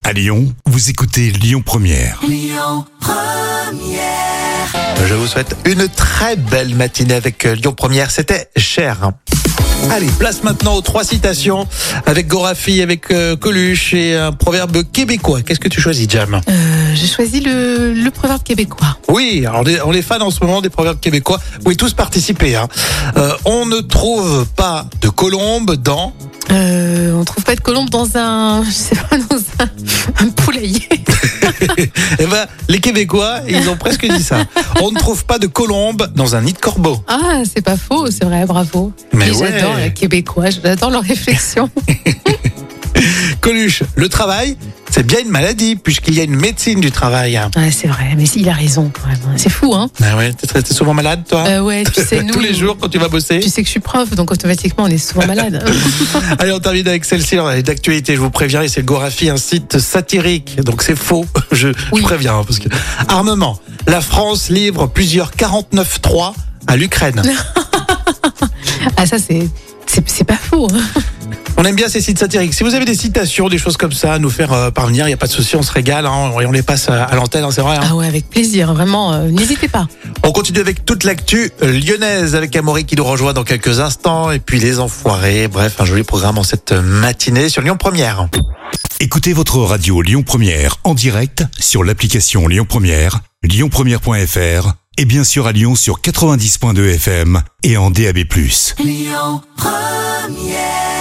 À Lyon, vous écoutez Lyon Première. Je vous souhaite une très belle matinée avec Lyon Première. C'était Cher. Allez, place maintenant aux 3 citations avec Gorafi, avec Coluche et un proverbe québécois. Qu'est-ce que tu choisis, Jam? J'ai choisi le proverbe québécois. Oui, alors on est fan en ce moment des proverbes québécois. Vous pouvez tous participer. On ne trouve pas de colombe dans... On trouve pas de colombe dans un, je sais pas, dans un poulailler. Eh ben, les Québécois, ils ont presque dit ça. On ne trouve pas de colombe dans un nid de corbeau. Ah, c'est pas faux, c'est vrai, bravo. Mais Et ouais. j'adore les Québécois, j'adore leur réflexion. Coluche, le travail, c'est bien une maladie puisqu'il y a une médecine du travail. Ah, c'est vrai, mais il a raison quand même. C'est fou, hein. Ah ouais, t'es souvent malade, toi? Ouais, tu sais, nous. Tous les jours quand tu vas bosser? Tu sais que je suis prof, donc automatiquement on est souvent malade. Allez, on termine avec celle-ci, d'actualité, je vous préviens, et c'est le Gorafi, un site satirique, donc c'est faux, je préviens, parce que... Armement, la France livre plusieurs 49-3 à l'Ukraine. Ah, ça c'est pas faux. Hein. On aime bien ces sites satiriques. Si vous avez des citations, des choses comme ça à nous faire parvenir, il n'y a pas de souci, on se régale, hein, et on les passe à l'antenne, hein, c'est vrai. Hein. Ah ouais, avec plaisir, vraiment, n'hésitez pas. On continue avec toute l'actu lyonnaise, avec Amaury qui nous rejoint dans quelques instants, et puis les enfoirés, bref, un joli programme en cette matinée sur Lyon Première. Écoutez votre radio Lyon Première en direct sur l'application Lyon Première, lyonpremière.fr et bien sûr à Lyon sur 90.2 FM et en DAB+. Lyon Première.